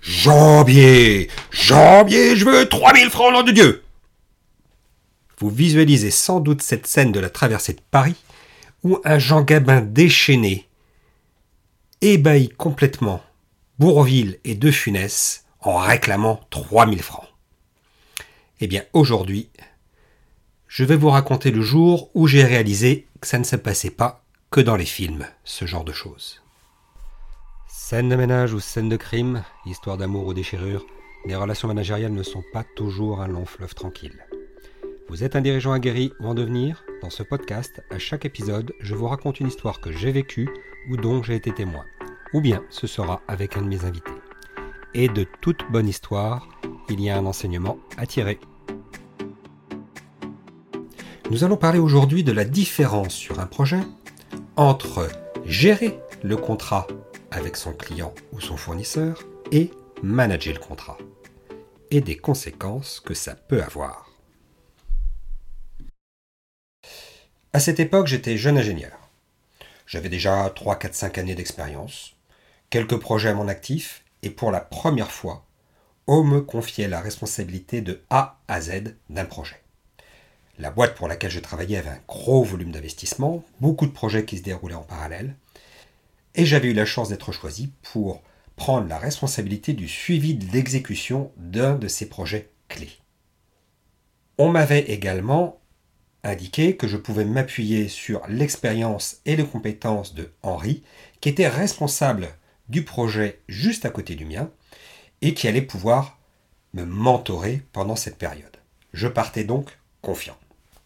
Jambier, je veux 3000 francs, nom de Dieu. Vous visualisez sans doute cette scène de la traversée de Paris, où un Jean Gabin déchaîné ébahit complètement Bourvil et De Funès en réclamant 3000 francs. Eh bien, aujourd'hui, je vais vous raconter le jour où j'ai réalisé que ça ne se passait pas que dans les films, ce genre de choses. Scène de ménage ou scène de crime, histoire d'amour ou déchirure, les relations managériales ne sont pas toujours un long fleuve tranquille. Vous êtes un dirigeant aguerri ou en devenir? Dans ce podcast, à chaque épisode, je vous raconte une histoire que j'ai vécue ou dont j'ai été témoin. Ou bien ce sera avec un de mes invités. Et de toute bonne histoire, il y a un enseignement à tirer. Nous allons parler aujourd'hui de la différence sur un projet entre gérer le contrat avec son client ou son fournisseur et manager le contrat, et des conséquences que ça peut avoir. À cette époque, j'étais jeune ingénieur. J'avais déjà 3, 4, 5 années d'expérience, quelques projets à mon actif, et pour la première fois, on me confiait la responsabilité de A à Z d'un projet. La boîte pour laquelle je travaillais avait un gros volume d'investissement, beaucoup de projets qui se déroulaient en parallèle, et j'avais eu la chance d'être choisi pour prendre la responsabilité du suivi de l'exécution d'un de ces projets clés. On m'avait également indiqué que je pouvais m'appuyer sur l'expérience et les compétences de Henri, qui était responsable du projet juste à côté du mien, et qui allait pouvoir me mentorer pendant cette période. Je partais donc confiant.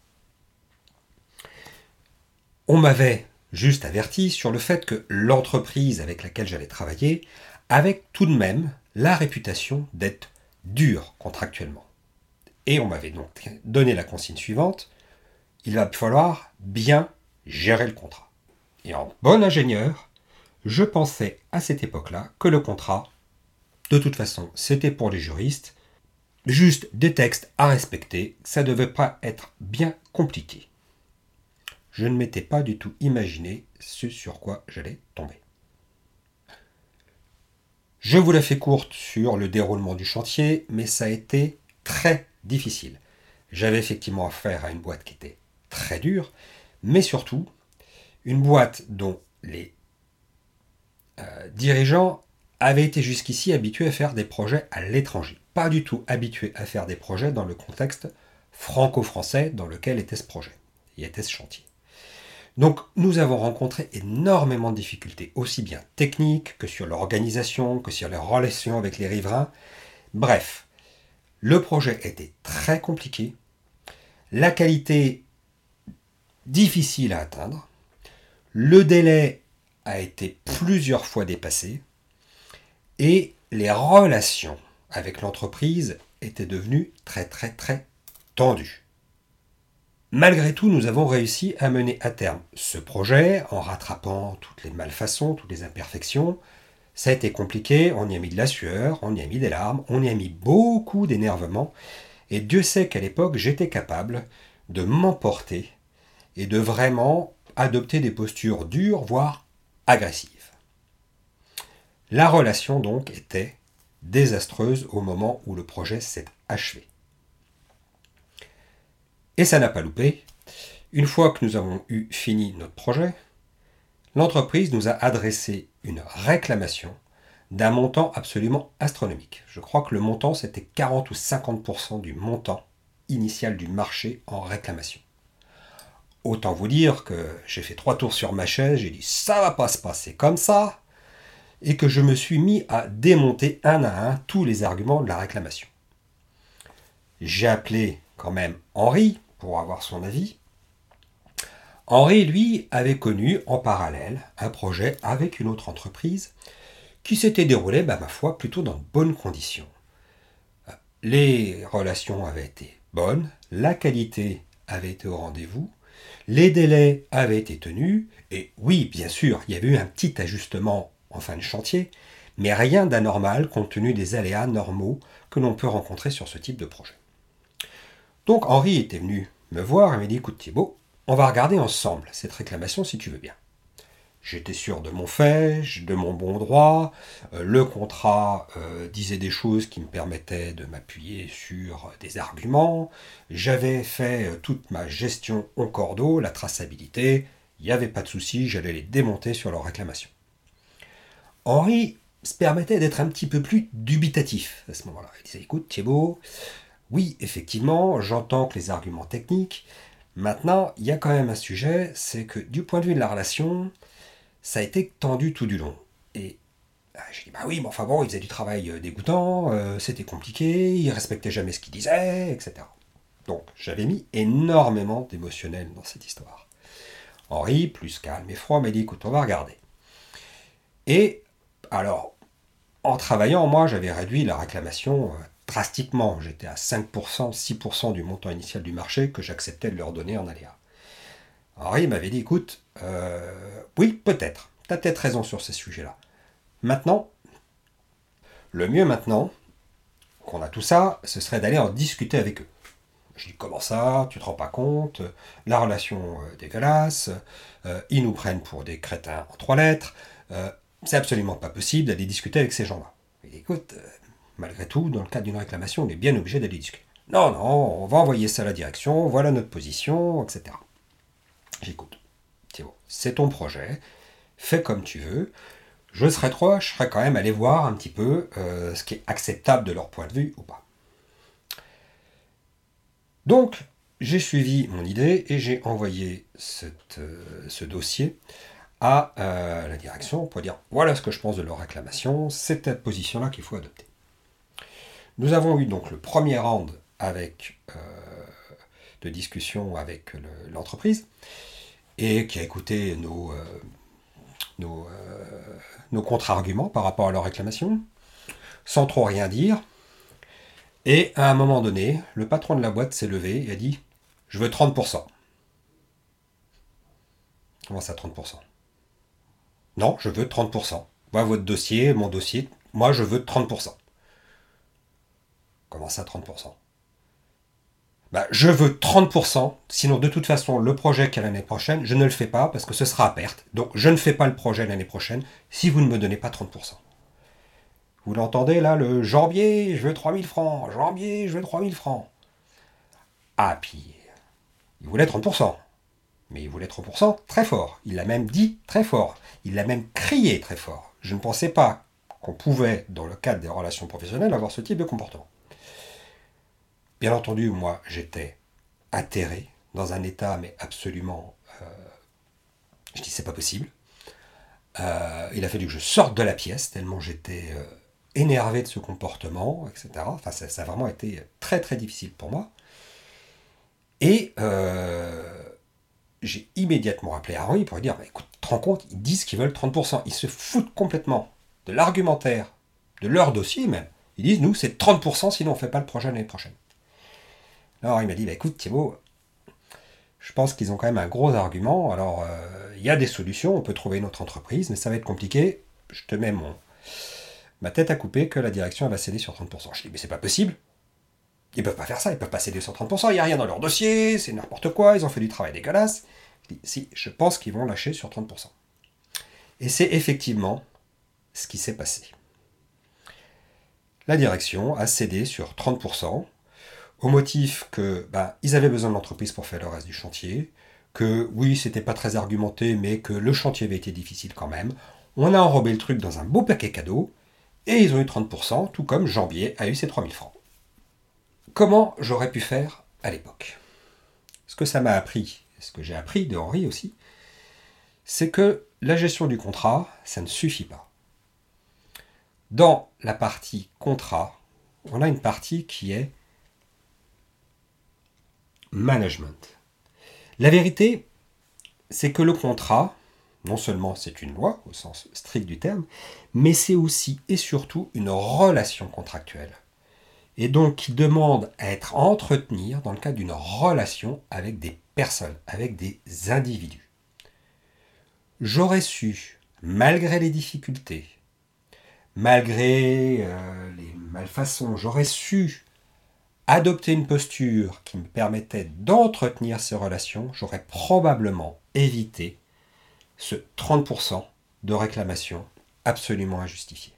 On m'avait juste averti sur le fait que l'entreprise avec laquelle j'allais travailler avait tout de même la réputation d'être dure contractuellement. Et on m'avait donc donné la consigne suivante: il va falloir bien gérer le contrat. Et en bon ingénieur, je pensais à cette époque-là que le contrat, de toute façon, c'était pour les juristes, juste des textes à respecter, ça ne devait pas être bien compliqué. Je ne m'étais pas du tout imaginé ce sur quoi j'allais tomber. Je vous la fais courte sur le déroulement du chantier, mais ça a été très difficile. J'avais effectivement affaire à une boîte qui était très dure, mais surtout une boîte dont les dirigeants avaient été jusqu'ici habitués à faire des projets à l'étranger. Pas du tout habitués à faire des projets dans le contexte franco-français dans lequel était ce projet, y était ce chantier. Donc nous avons rencontré énormément de difficultés, aussi bien techniques que sur l'organisation, que sur les relations avec les riverains. Bref, le projet était très compliqué, la qualité difficile à atteindre, le délai a été plusieurs fois dépassé et les relations avec l'entreprise étaient devenues très tendues. Malgré tout, nous avons réussi à mener à terme ce projet en rattrapant toutes les malfaçons, toutes les imperfections. Ça a été compliqué, on y a mis de la sueur, on y a mis des larmes, on y a mis beaucoup d'énervement. Et Dieu sait qu'à l'époque, j'étais capable de m'emporter et de vraiment adopter des postures dures, voire agressives. La relation donc était désastreuse au moment où le projet s'est achevé. Et ça n'a pas loupé. Une fois que nous avons eu fini notre projet, l'entreprise nous a adressé une réclamation d'un montant absolument astronomique. Je crois que le montant, c'était 40 ou 50% du montant initial du marché en réclamation. Autant vous dire que j'ai fait 3 tours sur ma chaise, j'ai dit ça va pas se passer comme ça, et que je me suis mis à démonter un à un tous les arguments de la réclamation. J'ai appelé quand même Henri pour avoir son avis. Henri, lui, avait connu en parallèle un projet avec une autre entreprise qui s'était déroulé, ma foi, plutôt dans de bonnes conditions. Les relations avaient été bonnes, la qualité avait été au rendez-vous, les délais avaient été tenus, et oui, bien sûr, il y avait eu un petit ajustement en fin de chantier, mais rien d'anormal compte tenu des aléas normaux que l'on peut rencontrer sur ce type de projet. Donc Henri était venu me voir et m'a dit: écoute Thibaut, on va regarder ensemble cette réclamation si tu veux bien. J'étais sûr de mon fait, de mon bon droit. Le contrat disait des choses qui me permettaient de m'appuyer sur des arguments. J'avais fait toute ma gestion au cordeau, la traçabilité. Il n'y avait pas de souci, j'allais les démonter sur leurs réclamations. Henri se permettait d'être un petit peu plus dubitatif à ce moment-là. Il disait, écoute Thibault, oui, effectivement, j'entends que les arguments techniques. Maintenant, il y a quand même un sujet, c'est que du point de vue de la relation, ça a été tendu tout du long. Et j'ai dit, bah oui, mais enfin bon, il faisait du travail dégoûtant, c'était compliqué, il respectait jamais ce qu'il disait, etc. Donc, j'avais mis énormément d'émotionnel dans cette histoire. Henri, plus calme et froid, m'a dit, écoute, on va regarder. Et, alors, en travaillant, moi, j'avais réduit la réclamation drastiquement. J'étais à 5%, 6% du montant initial du marché que j'acceptais de leur donner en aléa. Henri m'avait dit, écoute, oui, peut-être. Tu as peut-être raison sur ces sujets-là. Maintenant, le mieux maintenant, qu'on a tout ça, ce serait d'aller en discuter avec eux. Je dis, comment ça? Tu te rends pas compte? La relation dégueulasse, ils nous prennent pour des crétins en 3 lettres, c'est absolument pas possible d'aller discuter avec ces gens-là. Il dit, écoute, malgré tout, dans le cadre d'une réclamation, on est bien obligé d'aller discuter. Non, non, on va envoyer ça à la direction, voilà notre position, etc. J'écoute. Thibault, c'est ton projet, fais comme tu veux. Je serais quand même allé voir un petit peu ce qui est acceptable de leur point de vue ou pas. Donc, j'ai suivi mon idée et j'ai envoyé ce dossier à la direction pour dire voilà ce que je pense de leur réclamation, c'est cette position-là qu'il faut adopter. Nous avons eu donc le premier round de discussion avec l'entreprise et qui a écouté nos contre-arguments par rapport à leur réclamation, sans trop rien dire. Et à un moment donné, le patron de la boîte s'est levé et a dit « Je veux 30%. » Comment ça, 30%? Non, je veux 30%. Voilà votre dossier, mon dossier. Moi, je veux 30%. Comment ça, 30%? Je veux 30%, sinon de toute façon, le projet qui est l'année prochaine, je ne le fais pas parce que ce sera à perte. Donc, je ne fais pas le projet l'année prochaine si vous ne me donnez pas 30%. Vous l'entendez là, le Jambier, je veux 3000 francs. Jambier, je veux 3000 francs. Ah, puis, il voulait 30%. Mais il voulait 30% très fort. Il l'a même dit très fort. Il l'a même crié très fort. Je ne pensais pas qu'on pouvait, dans le cadre des relations professionnelles, avoir ce type de comportement. Bien entendu, moi, j'étais atterré, dans un état, mais absolument... je dis, c'est pas possible. Il a fallu que je sorte de la pièce, tellement j'étais énervé de ce comportement, etc. Enfin, ça a vraiment été très, très difficile pour moi. Et j'ai immédiatement appelé Henri pour lui dire, écoute, tu te rends compte, ils disent qu'ils veulent 30%. Ils se foutent complètement de l'argumentaire, de leur dossier même. Ils disent, nous, c'est 30%, sinon on ne fait pas le projet l'année prochaine. Alors il m'a dit, écoute Thibault, je pense qu'ils ont quand même un gros argument. Alors il y a des solutions, on peut trouver une autre entreprise, mais ça va être compliqué. Je te mets ma tête à couper que la direction elle va céder sur 30%. Je dis, mais c'est pas possible. Ils peuvent pas faire ça, ils peuvent pas céder sur 30%, il n'y a rien dans leur dossier, c'est n'importe quoi, ils ont fait du travail dégueulasse. Je dis, si, je pense qu'ils vont lâcher sur 30%. Et c'est effectivement ce qui s'est passé. La direction a cédé sur 30%, au motif que ils avaient besoin de l'entreprise pour faire le reste du chantier, que oui, c'était pas très argumenté, mais que le chantier avait été difficile quand même. On a enrobé le truc dans un beau paquet cadeau, et ils ont eu 30%, tout comme Jambier a eu ses 3000 francs. Comment j'aurais pu faire à l'époque? Ce que ça m'a appris, ce que j'ai appris de Henri aussi, c'est que la gestion du contrat, ça ne suffit pas. Dans la partie contrat, on a une partie qui est management. La vérité, c'est que le contrat, non seulement c'est une loi au sens strict du terme, mais c'est aussi et surtout une relation contractuelle. Et donc qui demande à être entretenue dans le cadre d'une relation avec des personnes, avec des individus. J'aurais su, malgré les difficultés, malgré les malfaçons, j'aurais su adopter une posture qui me permettait d'entretenir ces relations, j'aurais probablement évité ce 30% de réclamation absolument injustifiée.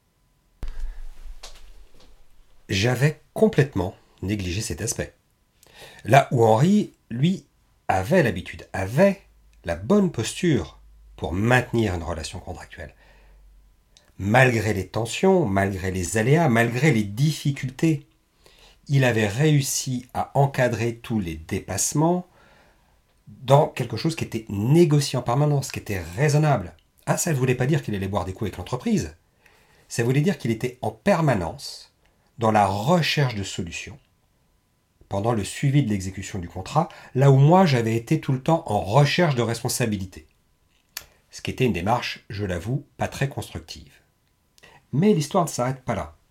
J'avais complètement négligé cet aspect. Là où Henri, lui, avait l'habitude, avait la bonne posture pour maintenir une relation contractuelle. Malgré les tensions, malgré les aléas, malgré les difficultés, il avait réussi à encadrer tous les dépassements dans quelque chose qui était négocié en permanence, qui était raisonnable. Ah, ça ne voulait pas dire qu'il allait boire des coups avec l'entreprise. Ça voulait dire qu'il était en permanence dans la recherche de solutions pendant le suivi de l'exécution du contrat, là où moi j'avais été tout le temps en recherche de responsabilité. Ce qui était une démarche, je l'avoue, pas très constructive. Mais l'histoire ne s'arrête pas là.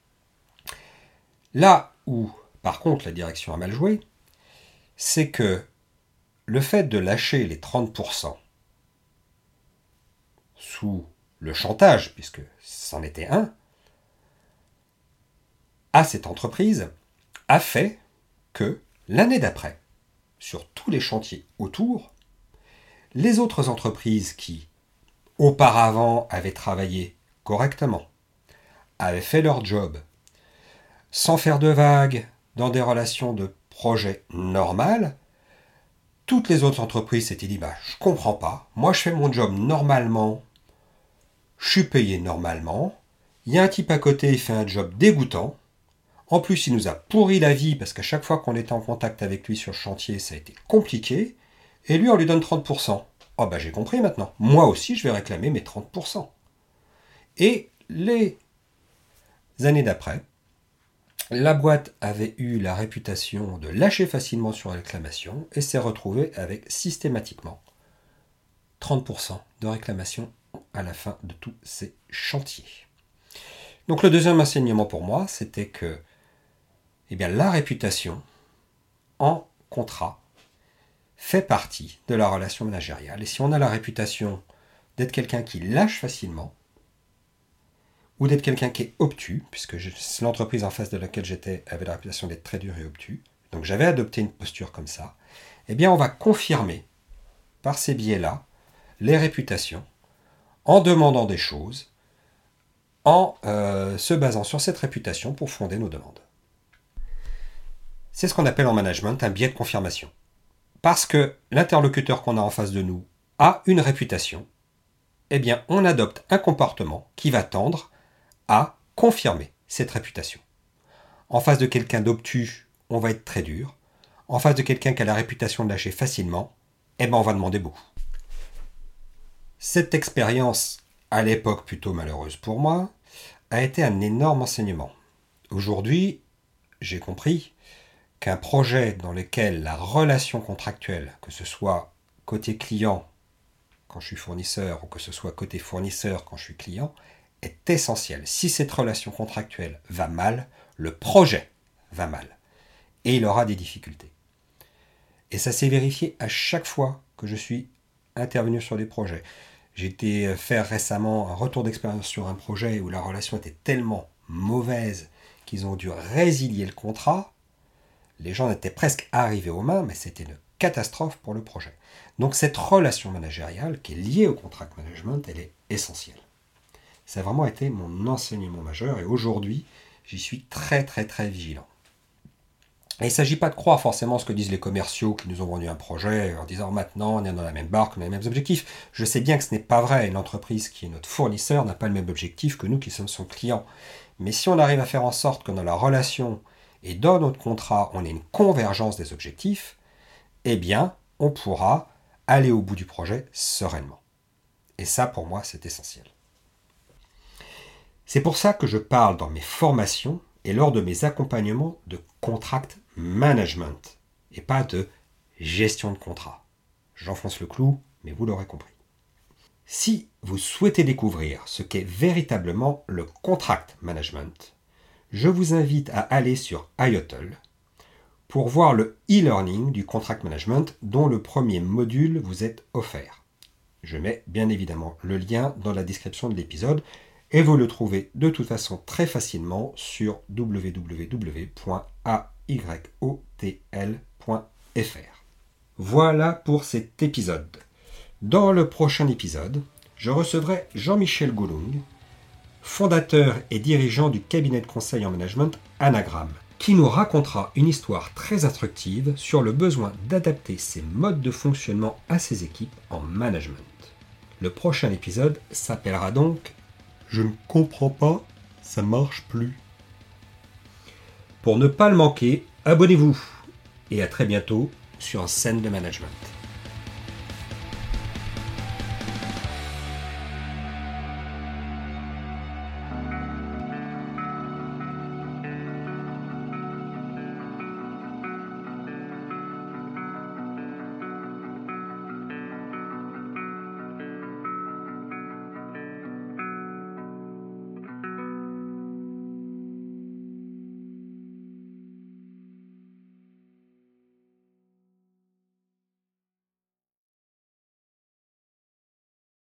Là où, par contre, la direction a mal joué, c'est que le fait de lâcher les 30% sous le chantage, puisque c'en était un, à cette entreprise, a fait que l'année d'après, sur tous les chantiers autour, les autres entreprises qui, auparavant, avaient travaillé correctement, avaient fait leur job, sans faire de vagues, dans des relations de projet normales, toutes les autres entreprises s'étaient dit, je comprends pas, moi je fais mon job normalement, je suis payé normalement, il y a un type à côté, il fait un job dégoûtant, en plus il nous a pourri la vie parce qu'à chaque fois qu'on était en contact avec lui sur le chantier, ça a été compliqué, et lui on lui donne 30%. Oh j'ai compris maintenant, moi aussi je vais réclamer mes 30%. Et les années d'après, la boîte avait eu la réputation de lâcher facilement sur réclamation et s'est retrouvée avec systématiquement 30% de réclamation à la fin de tous ces chantiers. Donc le deuxième enseignement pour moi, c'était que la réputation en contrat fait partie de la relation managériale. Et si on a la réputation d'être quelqu'un qui lâche facilement, ou d'être quelqu'un qui est obtus, puisque l'entreprise en face de laquelle j'étais avait la réputation d'être très dure et obtus, donc j'avais adopté une posture comme ça, on va confirmer par ces biais-là les réputations en demandant des choses, en se basant sur cette réputation pour fonder nos demandes. C'est ce qu'on appelle en management un biais de confirmation. Parce que l'interlocuteur qu'on a en face de nous a une réputation, on adopte un comportement qui va tendre à confirmer cette réputation. En face de quelqu'un d'obtus, on va être très dur. En face de quelqu'un qui a la réputation de lâcher facilement, on va demander beaucoup. Cette expérience, à l'époque plutôt malheureuse pour moi, a été un énorme enseignement. Aujourd'hui, j'ai compris qu'un projet dans lequel la relation contractuelle, que ce soit côté client quand je suis fournisseur ou que ce soit côté fournisseur quand je suis client, est essentielle. Si cette relation contractuelle va mal, le projet va mal. Et il aura des difficultés. Et ça s'est vérifié à chaque fois que je suis intervenu sur des projets. J'ai été faire récemment un retour d'expérience sur un projet où la relation était tellement mauvaise qu'ils ont dû résilier le contrat. Les gens étaient presque arrivés aux mains, mais c'était une catastrophe pour le projet. Donc cette relation managériale qui est liée au contract management, elle est essentielle. Ça a vraiment été mon enseignement majeur et aujourd'hui, j'y suis très très très vigilant. Et il ne s'agit pas de croire forcément ce que disent les commerciaux qui nous ont vendu un projet en disant maintenant on est dans la même barque, on a les mêmes objectifs. Je sais bien que ce n'est pas vrai. L'entreprise qui est notre fournisseur n'a pas le même objectif que nous qui sommes son client. Mais si on arrive à faire en sorte que dans la relation et dans notre contrat, on ait une convergence des objectifs, on pourra aller au bout du projet sereinement. Et ça, pour moi, c'est essentiel. C'est pour ça que je parle dans mes formations et lors de mes accompagnements de contract management et pas de gestion de contrat. J'enfonce le clou, mais vous l'aurez compris. Si vous souhaitez découvrir ce qu'est véritablement le contract management, je vous invite à aller sur IOTL pour voir le e-learning du contract management dont le premier module vous est offert. Je mets bien évidemment le lien dans la description de l'épisode et vous le trouvez de toute façon très facilement sur www.ayotl.fr. Voilà pour cet épisode. Dans le prochain épisode, je recevrai Jean-Michel Goulung, fondateur et dirigeant du cabinet de conseil en management Anagramme, qui nous racontera une histoire très instructive sur le besoin d'adapter ses modes de fonctionnement à ses équipes en management. Le prochain épisode s'appellera donc « Je ne comprends pas, ça marche plus ». Pour ne pas le manquer, abonnez-vous et à très bientôt sur Scène de Management.